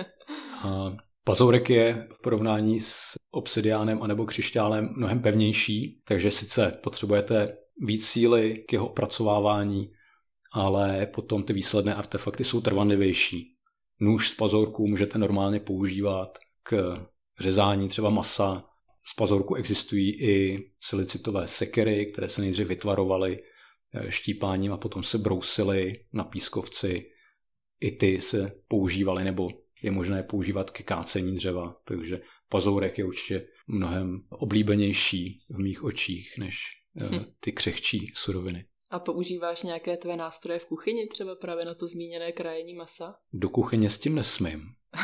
A pazourek je v porovnání s obsidiánem anebo křišťálem mnohem pevnější, takže sice potřebujete víc síly k jeho opracovávání, ale potom ty výsledné artefakty jsou trvanlivější. Nůž z pazourku můžete normálně používat k řezání třeba masa. Z pazourku existují i silicitové sekery, které se nejdřív vytvarovaly štípáním a potom se brousily na pískovci. I ty se používaly, nebo je možné používat ke kácení dřeva, takže pazourek je určitě mnohem oblíbenější v mých očích než hm. ty křehčí suroviny. A používáš nějaké tvé nástroje v kuchyni, třeba právě na to zmíněné krájení masa? Do kuchyně s tím nesmím.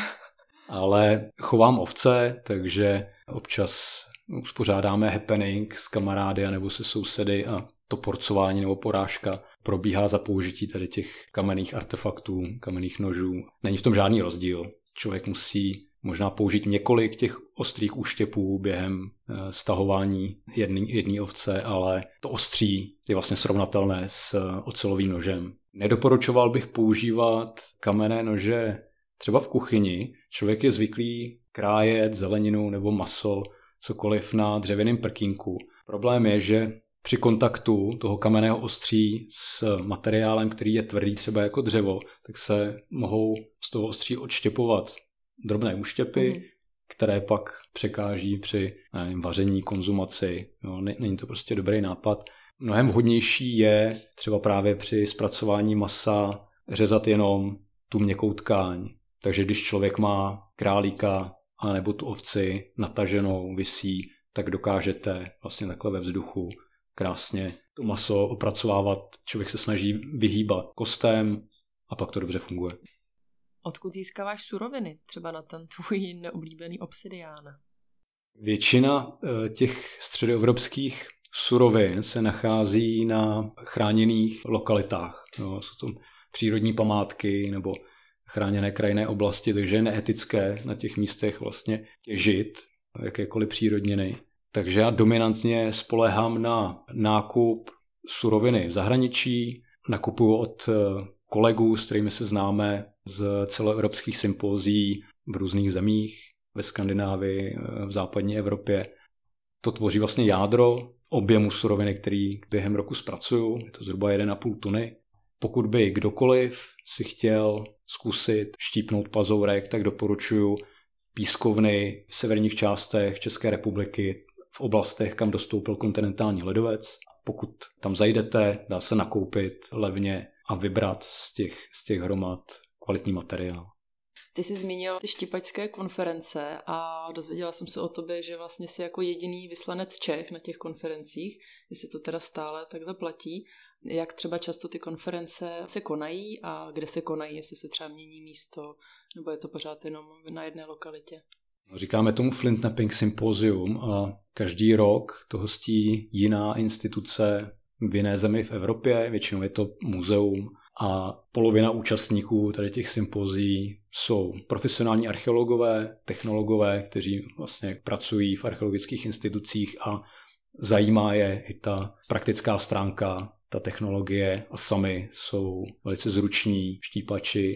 Ale chovám ovce, takže občas uspořádáme happening s kamarády nebo se sousedy a to porcování nebo porážka probíhá za použití tady těch kamenných artefaktů, kamenných nožů. Není v tom žádný rozdíl. Člověk musí možná použít několik těch ostrých úštěpů během stahování jedné ovce, ale to ostří je vlastně srovnatelné s ocelovým nožem. Nedoporučoval bych používat kamenné nože třeba v kuchyni. Člověk je zvyklý krájet zeleninu nebo maso, cokoliv na dřevěném prkínku. Problém je, že při kontaktu toho kamenného ostří s materiálem, který je tvrdý třeba jako dřevo, tak se mohou z toho ostří odštěpovat drobné úštěpy, mm. které pak překáží při nevím, vaření, konzumaci. Jo, není to prostě dobrý nápad. Mnohem vhodnější je třeba právě při zpracování masa řezat jenom tu měkkou tkáň. Takže když člověk má králíka a nebo tu ovci nataženou, visí, tak dokážete vlastně takhle ve vzduchu krásně to maso opracovávat. Člověk se snaží vyhýbat kostem a pak to dobře funguje. Odkud získáváš suroviny, třeba na ten tvůj neoblíbený obsidián? Většina těch středoevropských surovin se nachází na chráněných lokalitách. No, jsou to přírodní památky nebo chráněné krajinné oblasti, takže je neetické na těch místech vlastně těžit jakékoliv přírodniny. Takže já dominantně spoléhám na nákup suroviny v zahraničí, nakupuju od kolegů, s kterými se známe z celoevropských sympózií v různých zemích, ve Skandinávii, v západní Evropě. To tvoří vlastně jádro objemu suroviny, který během roku zpracuju, je to zhruba jedna celá pět tuny. Pokud by kdokoliv si chtěl zkusit štípnout pazourek, tak doporučuji pískovny v severních částech České republiky, v oblastech, kam dostoupil kontinentální ledovec. Pokud tam zajdete, dá se nakoupit levně a vybrat z těch, z těch hromad kvalitní materiál. Ty jsi zmínil ty štípačské konference a dozvěděla jsem se o tobě, že vlastně jsi jako jediný vyslanec Čech na těch konferencích, jestli to teda stále takhle platí. Jak třeba často ty konference se konají a kde se konají, jestli se třeba mění místo, nebo je to pořád jenom na jedné lokalitě? Říkáme tomu Flint Knapping Symposium a každý rok to hostí jiná instituce v jiné zemi v Evropě, většinou je to muzeum a polovina účastníků tady těch sympozí jsou profesionální archeologové, technologové, kteří vlastně pracují v archeologických institucích a zajímá je i ta praktická stránka, ta technologie a sami jsou velice zruční štípači.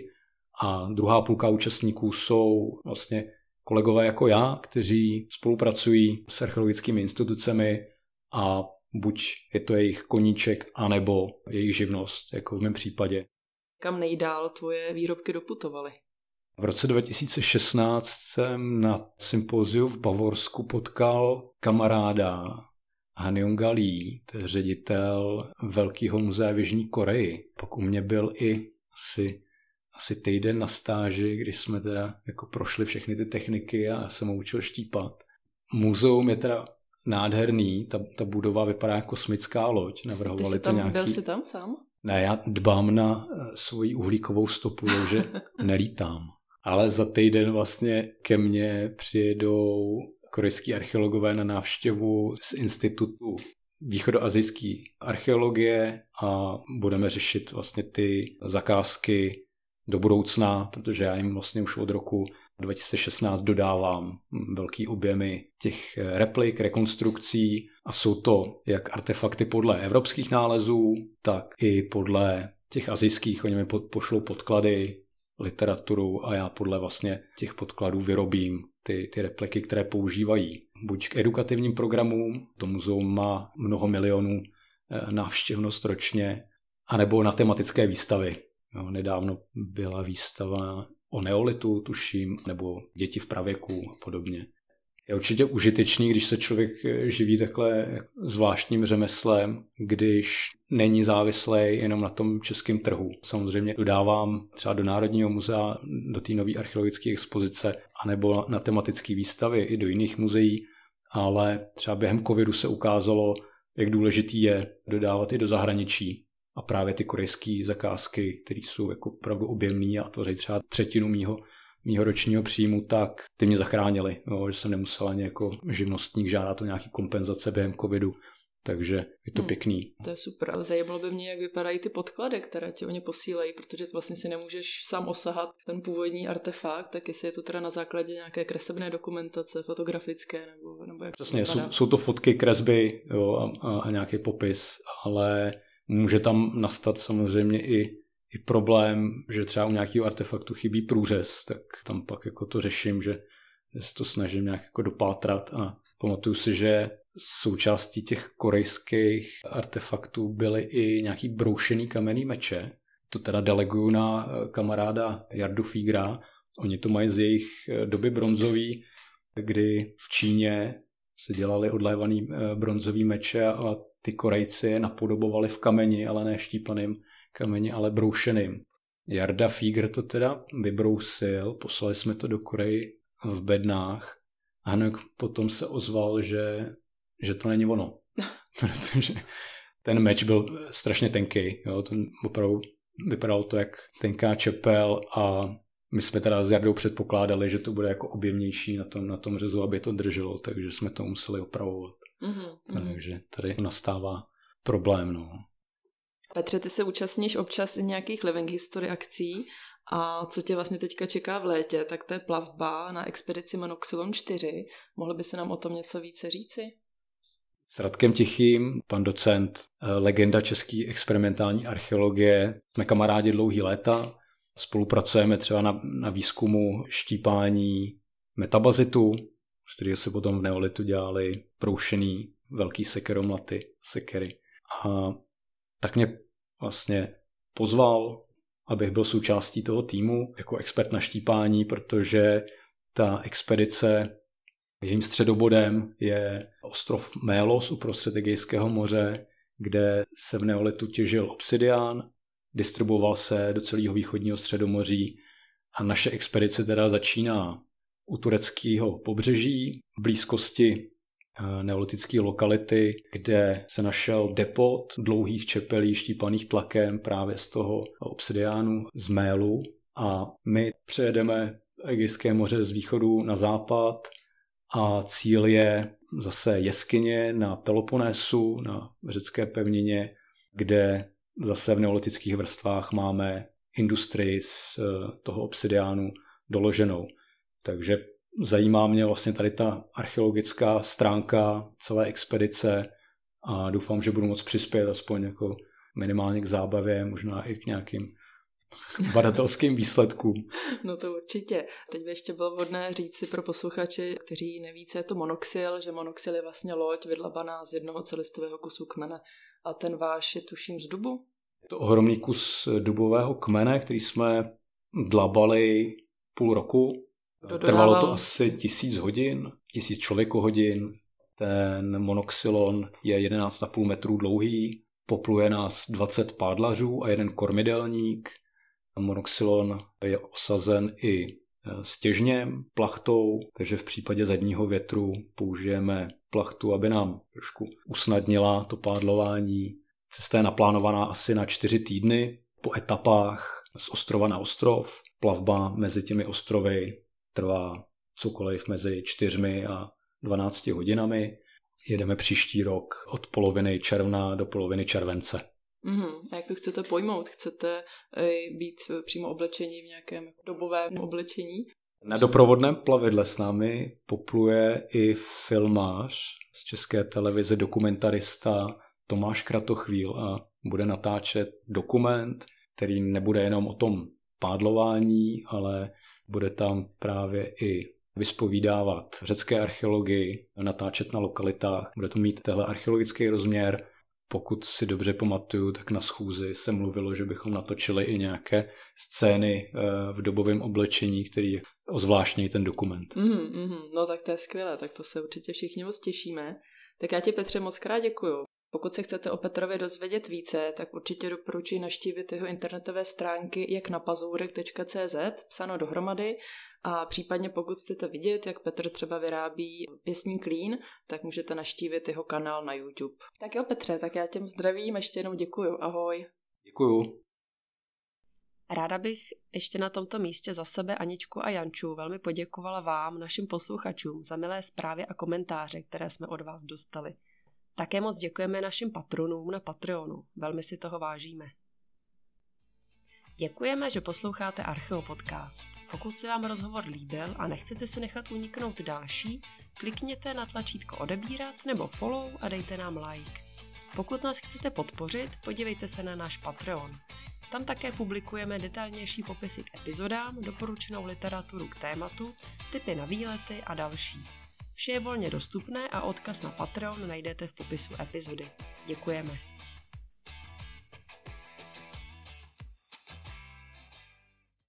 A druhá půlka účastníků jsou vlastně kolegové jako já, kteří spolupracují s archeologickými institucemi a buď je to jejich koníček, anebo jejich živnost, jako v mém případě. Kam nejdál tvoje výrobky doputovaly? V roce dva tisíce šestnáct jsem na sympóziu v Bavorsku potkal kamaráda Hanjonga Lee, to je ředitel Velkého muzea v Jižní Koreji. Pak u mě byl i asi, asi týden na stáži, kdy jsme teda jako prošli všechny ty techniky a já jsem ho učil štípat. Muzeum je teda nádherný, ta, ta budova vypadá jako kosmická loď. Navrhovali Ty jsi tam, to nějaký... byl jsi tam sám? Ne, já dbám na svoji uhlíkovou stopu, takže nelítám. Ale za týden vlastně ke mně přijedou korejský archeologové na návštěvu z institutu východoasijské archeologie a budeme řešit vlastně ty zakázky do budoucna, protože já jim vlastně už od roku dva tisíce šestnáct dodávám velký objemy těch replik, rekonstrukcí a jsou to jak artefakty podle evropských nálezů, tak i podle těch asijských. Oni mi pošlou podklady, literaturu a já podle vlastně těch podkladů vyrobím ty, ty repliky, které používají. Buď k edukativním programům, to muzeum má mnoho milionů návštěvnost ročně, anebo na tematické výstavy. No, nedávno byla výstava o neolitu, tuším, nebo děti v pravěku a podobně. Je určitě užitečný, když se člověk živí takhle zvláštním řemeslem, když není závislý jenom na tom českém trhu. Samozřejmě dodávám třeba do Národního muzea, do té nové archeologické expozice, anebo na tematické výstavy i do jiných muzeí, ale třeba během covidu se ukázalo, jak důležitý je dodávat i do zahraničí. A právě ty korejské zakázky, které jsou jako opravdu objemné a tvoří třeba třetinu mýho, mýho ročního příjmu, tak ty mě zachránily, no, že jsem nemusel ani jako živnostník žádat o nějaký kompenzace během covidu, takže je to hmm, pěkný. To je super, ale zajímalo by mě, jak vypadají ty podklady, které ti oni posílají, protože vlastně si nemůžeš sám osahat ten původní artefakt, tak jestli je to teda na základě nějaké kresebné dokumentace, fotografické, nebo, nebo jak Přesně, jsou, jsou to fotky, kresby, jo, a, a, a nějaký popis, ale může tam nastat samozřejmě i, i problém, že třeba u nějakého artefaktu chybí průřez, tak tam pak jako to řeším, že, že se to snažím nějak jako dopátrat a pamatuju si, že součástí těch korejských artefaktů byly i nějaký broušený kamenný meče. To teda deleguju na kamaráda Jardu Fígra. Oni to mají z jejich doby bronzový, kdy v Číně se dělali odlévaný bronzový meče a ty Korejci je napodobovali v kameni, ale ne štípaným kameni, ale broušeným. Jarda Fígr to teda vybrousil, poslali jsme to do Koreji v bednách. Hanok potom se ozval, že, že to není ono. Protože ten meč byl strašně tenký. Jo? To opravdu vypadalo to jak tenká čepel a my jsme teda s Jardou předpokládali, že to bude jako objemnější na tom, na tom řezu, aby to drželo, takže jsme to museli opravovat. Mm-hmm. Takže tady nastává problém. No. Petře, ty se účastníš občas i nějakých living history akcí a co tě vlastně teďka čeká v létě, tak to je plavba na expedici Monoxylon čtyři. Mohli by se nám o tom něco více říci? S Radkem Tichým, pan docent, legenda české experimentální archeologie, jsme kamarádi dlouhý léta, spolupracujeme třeba na, na výzkumu štípání metabazitu, z kterého se potom v neolitu dělali broušený velký sekeromlaty, sekery. A tak mě vlastně pozval, abych byl součástí toho týmu jako expert na štípání, protože ta expedice, jejím středobodem je ostrov Mélos uprostřed Egejského moře, kde se v neolitu těžil obsidián, distribuoval se do celého východního středomoří a naše expedice teda začíná u tureckého pobřeží, v blízkosti neolitické lokality, kde se našel depot dlouhých čepelí štípaných tlakem právě z toho obsidiánu z Mélu a my přejedeme Egejské moře z východu na západ a cíl je zase jeskyně na Peloponésu, na řecké pevnině, kde zase v neolitických vrstvách máme industrii z toho obsidiánu doloženou. Takže zajímá mě vlastně tady ta archeologická stránka celé expedice a doufám, že budu moct přispět aspoň jako minimálně k zábavě, možná i k nějakým badatelským výsledkům. No to určitě. Teď by ještě bylo vhodné říct si pro posluchače, kteří neví, co je to monoxyl, že monoxyl je vlastně loď vydlabaná z jednoho celistvého kusu kmene. A ten váš je tuším z dubu? Je to ohromný kus dubového kmene, který jsme dlabali půl roku. Trvalo to asi tisíc hodin, tisíc člověkohodin. Ten monoxylon je jedenáct a půl metrů dlouhý, popluje nás dvacet pádlařů a jeden kormidelník. Monoxylon je osazen i stěžněm, plachtou, takže v případě zadního větru použijeme plachtu, aby nám trošku usnadnila to pádlování. Cesta je naplánovaná asi na čtyři týdny po etapách z ostrova na ostrov. Plavba mezi těmi ostrovy trvá cokoliv mezi čtyřmi a dvanácti hodinami. Jedeme příští rok od poloviny června do poloviny července. Mm-hmm. A jak to chcete pojmout? Chcete být přímo oblečení v nějakém dobovém oblečení? Na doprovodném plavidle s námi popluje i filmář z České televize, dokumentarista Tomáš Kratochvíl a bude natáčet dokument, který nebude jenom o tom pádlování, ale bude tam právě i vyspovídávat řecké archeologii, natáčet na lokalitách. Bude to mít tenhle archeologický rozměr. Pokud si dobře pamatuju, tak na schůzi se mluvilo, že bychom natočili i nějaké scény v dobovém oblečení, který ozvláštní ten dokument. Mm, mm, no tak to je skvělé, tak to se určitě všichni moc těšíme. Tak já ti, Petře, moc krát děkuju. Pokud se chcete o Petrovi dozvědět více, tak určitě doporučuji navštívit jeho internetové stránky jak na pazourek tečka cé zet, psáno dohromady, a případně pokud chcete vidět, jak Petr třeba vyrábí pěstní klín, tak můžete navštívit jeho kanál na YouTube. Tak jo, Petře, tak já těm zdravím, ještě jednou děkuju, ahoj. Děkuju. Ráda bych ještě na tomto místě za sebe, Aničku a Janču velmi poděkovala vám, našim posluchačům, za milé zprávy a komentáře, které jsme od vás dostali. Také moc děkujeme našim patronům na Patreonu, velmi si toho vážíme. Děkujeme, že posloucháte Archeo Podcast. Pokud se vám rozhovor líbil a nechcete si nechat uniknout další, klikněte na tlačítko odebírat nebo follow a dejte nám like. Pokud nás chcete podpořit, podívejte se na náš Patreon. Tam také publikujeme detailnější popisy k epizodám, doporučenou literaturu k tématu, tipy na výlety a další. Vše je volně dostupné a odkaz na Patreon najdete v popisu epizody. Děkujeme.